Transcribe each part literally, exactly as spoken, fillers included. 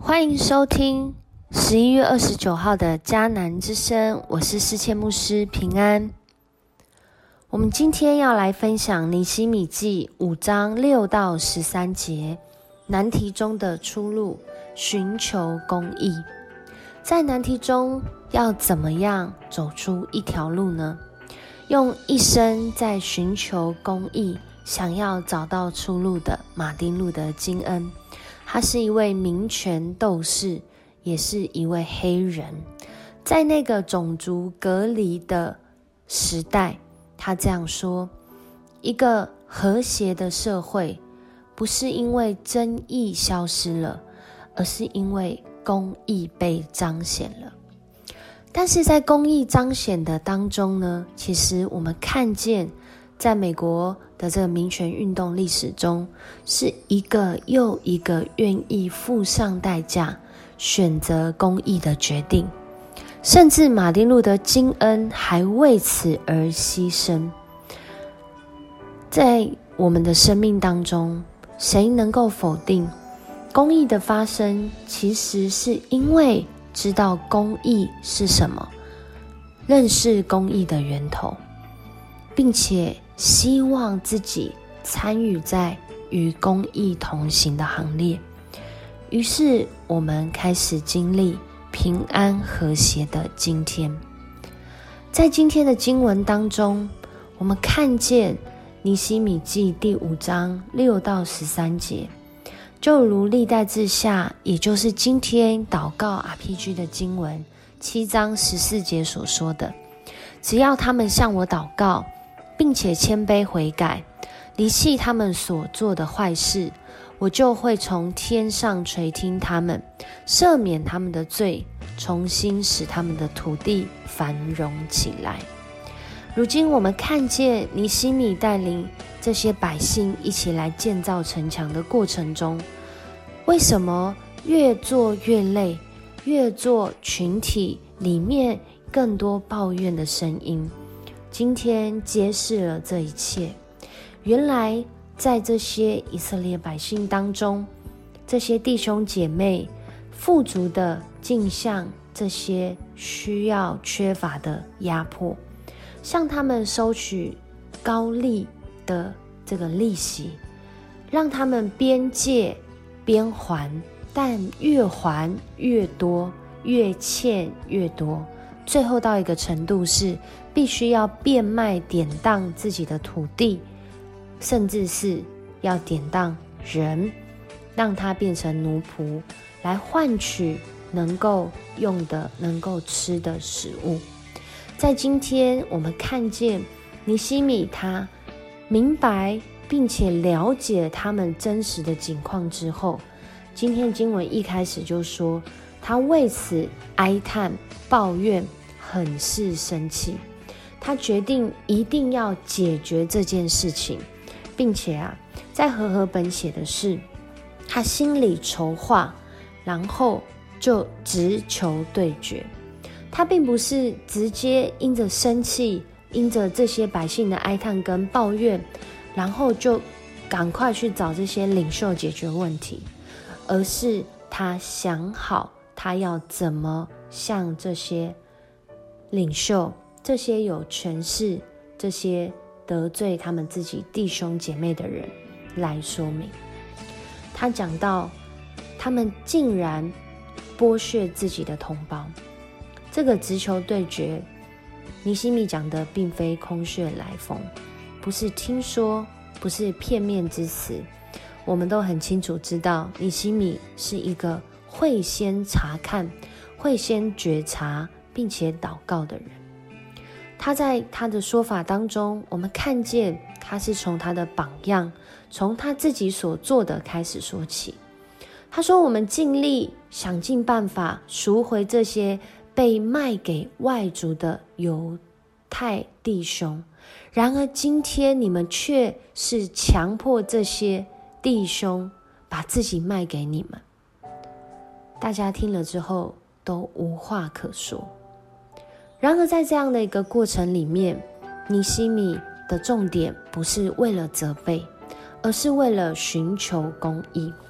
欢迎收听十一月二十九号的迦南之声，我是世谦牧师平安。我们今天要来分享尼希米记五章六到十三节，难题中的出路，寻求公义。在难题中要怎么样走出一条路呢？用一生在寻求公义，想要找到出路的马丁路德金恩，他是一位民权斗士，也是一位黑人。在那个种族隔离的时代，他这样说：一个和谐的社会不是因为争议消失了，而是因为公义被彰显了。但是在公义彰显的当中呢，其实我们看见在美国的这个民权运动历史中，是一个又一个愿意付上代价选择公义的决定，甚至马丁路德金恩还为此而牺牲。在我们的生命当中，谁能够否定公义的发生其实是因为知道公义是什么，认识公义的源头，并且希望自己参与在与公义同行的行列。于是我们开始经历平安和谐的今天。在今天的经文当中，我们看见尼希米记第五章六到十三节，就如历代志下，也就是今天祷告 R P G 的经文七章十四节所说的，只要他们向我祷告，并且谦卑悔改，离弃他们所做的坏事，我就会从天上垂听他们，赦免他们的罪，重新使他们的土地繁荣起来。如今我们看见尼希米带领这些百姓一起来建造城墙的过程中，为什么越做越累，越做群体里面更多抱怨的声音？今天揭示了这一切。原来在这些以色列百姓当中，这些弟兄姐妹富足的镜向这些需要缺乏的压迫，向他们收取高利的这个利息，让他们边借边还，但越还越多，越欠越多，最后到一个程度是必须要变卖典当自己的土地，甚至是要典当人，让他变成奴仆，来换取能够用的能够吃的食物。在今天我们看见尼希米他明白并且了解他们真实的境况之后，今天经文一开始就说他为此哀叹抱怨，很是生气。他决定一定要解决这件事情，并且啊，在和合本写的是他心里筹划，然后就直球对决。他并不是直接因着生气，因着这些百姓的哀叹跟抱怨，然后就赶快去找这些领袖解决问题，而是他想好他要怎么向这些领袖，这些有权势，这些得罪他们自己弟兄姐妹的人来说明。他讲到他们竟然剥削自己的同胞，这个直球对决，尼希米讲的并非空穴来风，不是听说，不是片面之词。我们都很清楚知道，尼希米是一个会先查看，会先觉察并且祷告的人。他在他的说法当中，我们看见他是从他的榜样，从他自己所做的开始说起。他说，我们尽力想尽办法赎回这些被卖给外族的犹太弟兄，然而今天你们却是强迫这些弟兄把自己卖给你们。大家听了之后都无话可说。然而在这样的一个过程里面，尼希米的重点不是为了责备，而是为了寻求公义。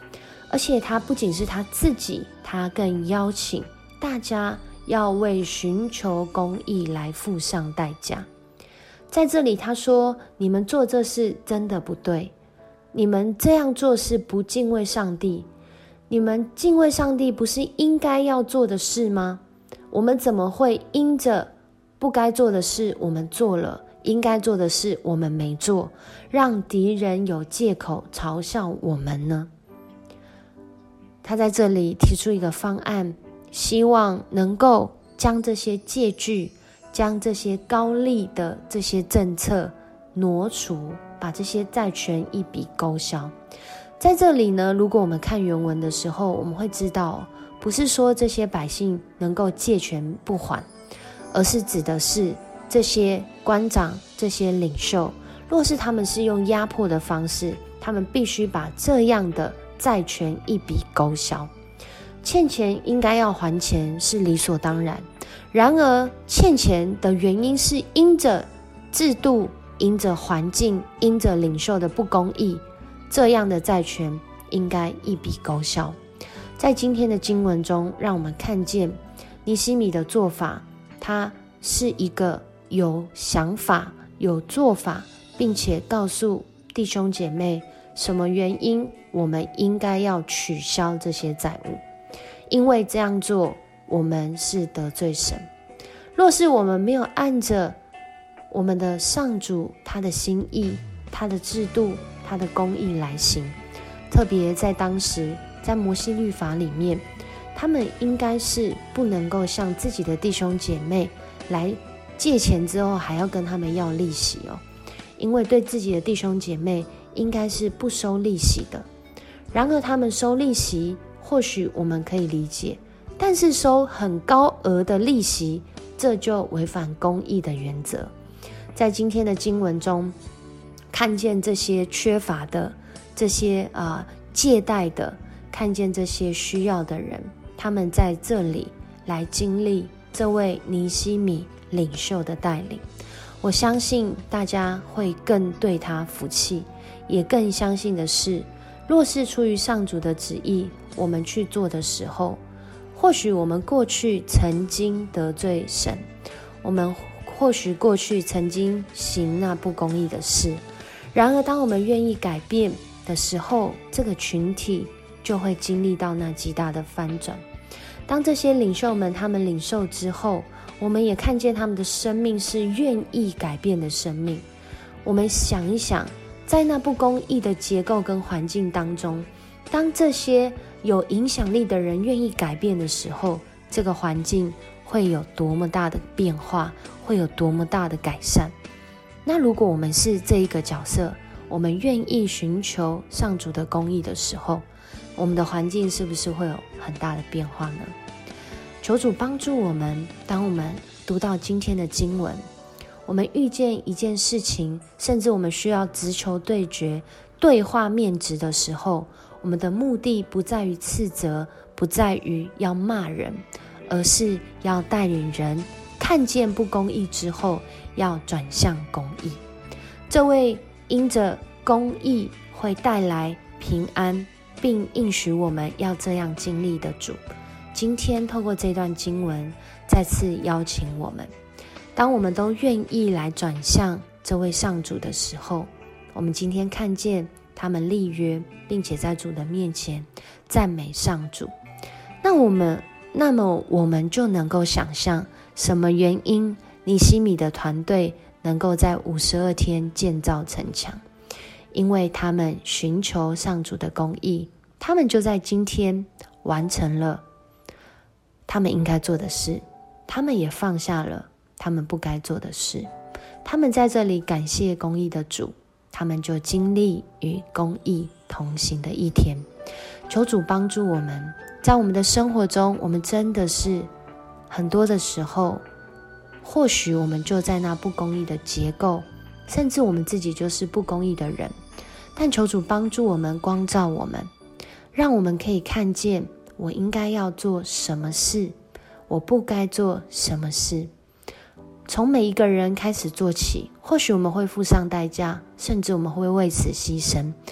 而且他不仅是他自己，他更邀请大家要为寻求公义来付上代价。在这里他说，你们做这事真的不对，你们这样做是不敬畏上帝，你们敬畏上帝不是应该要做的事吗？我们怎么会因着不该做的事我们做了，应该做的事我们没做，让敌人有借口嘲笑我们呢？他在这里提出一个方案，希望能够将这些借据，将这些高利的这些政策挪除，把这些债权一笔勾销。在这里呢，如果我们看原文的时候，我们会知道，不是说这些百姓能够借权不还，而是指的是这些官长、这些领袖，若是他们是用压迫的方式，他们必须把这样的债权一笔勾销。欠钱应该要还钱是理所当然，然而欠钱的原因是因着制度、因着环境、因着领袖的不公义，这样的债权应该一笔勾销。在今天的经文中，让我们看见尼希米的做法，他是一个有想法、有做法，并且告诉弟兄姐妹什么原因我们应该要取消这些债务，因为这样做我们是得罪神。若是我们没有按着我们的上主他的心意、他的制度、他的公义来行，特别在当时在摩西律法里面，他们应该是不能够向自己的弟兄姐妹来借钱之后还要跟他们要利息哦，因为对自己的弟兄姐妹应该是不收利息的。然而他们收利息或许我们可以理解，但是收很高额的利息，这就违反公义的原则。在今天的经文中看见这些缺乏的，这些、呃、借贷的，看见这些需要的人，他们在这里来经历这位尼希米领袖的带领。我相信大家会更对他服气，也更相信的是，若是出于上主的旨意，我们去做的时候，或许我们过去曾经得罪神，我们或许过去曾经行那不公义的事，然而当我们愿意改变的时候，这个群体就会经历到那极大的翻转。当这些领袖们他们领受之后，我们也看见他们的生命是愿意改变的生命。我们想一想，在那不公义的结构跟环境当中，当这些有影响力的人愿意改变的时候，这个环境会有多么大的变化，会有多么大的改善。那如果我们是这一个角色，我们愿意寻求上主的公义的时候，我们的环境是不是会有很大的变化呢？求主帮助我们，当我们读到今天的经文，我们遇见一件事情，甚至我们需要直球对决、对话面质的时候，我们的目的不在于斥责，不在于要骂人，而是要带领人看见不公义之后，要转向公义。这位因着公义会带来平安，并应许我们要这样经历的主，今天透过这段经文再次邀请我们，当我们都愿意来转向这位上主的时候，我们今天看见他们立约，并且在主的面前赞美上主，那我们那么我们就能够想象什么原因尼希米的团队能够在五十二天建造城墙，因为他们寻求上主的公义，他们就在今天完成了他们应该做的事，他们也放下了他们不该做的事，他们在这里感谢公义的主，他们就经历与公义同行的一天。求主帮助我们，在我们的生活中，我们真的是很多的时候，或许我们就在那不公义的结构，甚至我们自己就是不公义的人，但求主帮助我们，光照我们，让我们可以看见我应该要做什么事，我不该做什么事。从每一个人开始做起，或许我们会付上代价，甚至我们会为此牺牲。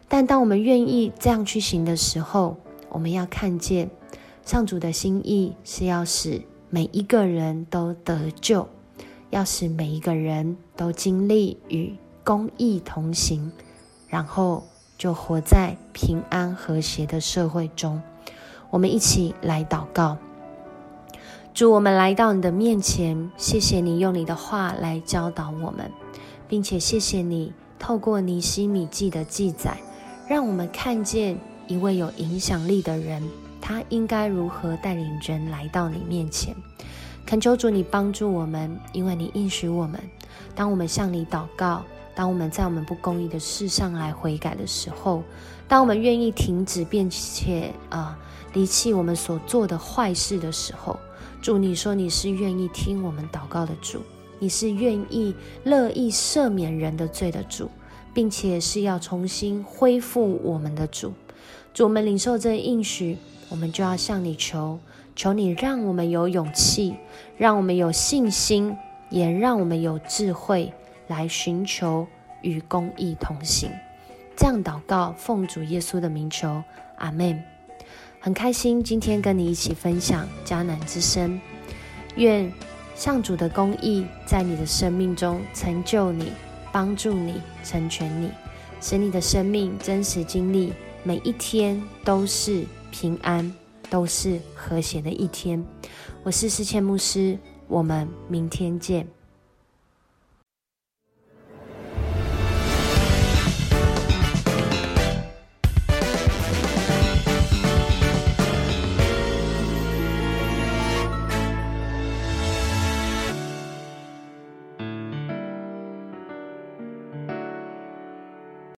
但当我们愿意这样去行的时候，我们要看见上主的心意是要使每一个人都得救，要使每一个人都经历与公义同行，然后就活在平安和谐的社会中。我们一起来祷告。主，我们来到你的面前，谢谢你用你的话来教导我们，并且谢谢你透过尼希米记的记载，让我们看见一位有影响力的人，他应该如何带领人来到你面前。恳求主你帮助我们，因为你应许我们，当我们向你祷告，当我们在我们不公义的事上来悔改的时候，当我们愿意停止并且呃离弃我们所做的坏事的时候，主，你说你是愿意听我们祷告的主，你是愿意乐意赦免人的罪的主，并且是要重新恢复我们的主。主，我们领受这应许，我们就要向你求，求你让我们有勇气，让我们有信心，也让我们有智慧来寻求与公义同行。这样祷告，奉主耶稣的名求，阿们。很开心今天跟你一起分享迦南之声，愿上主的公义在你的生命中成就你，帮助你，成全你，使你的生命真实经历每一天都是平安，都是和谐的一天。我是思谦牧师，我们明天见。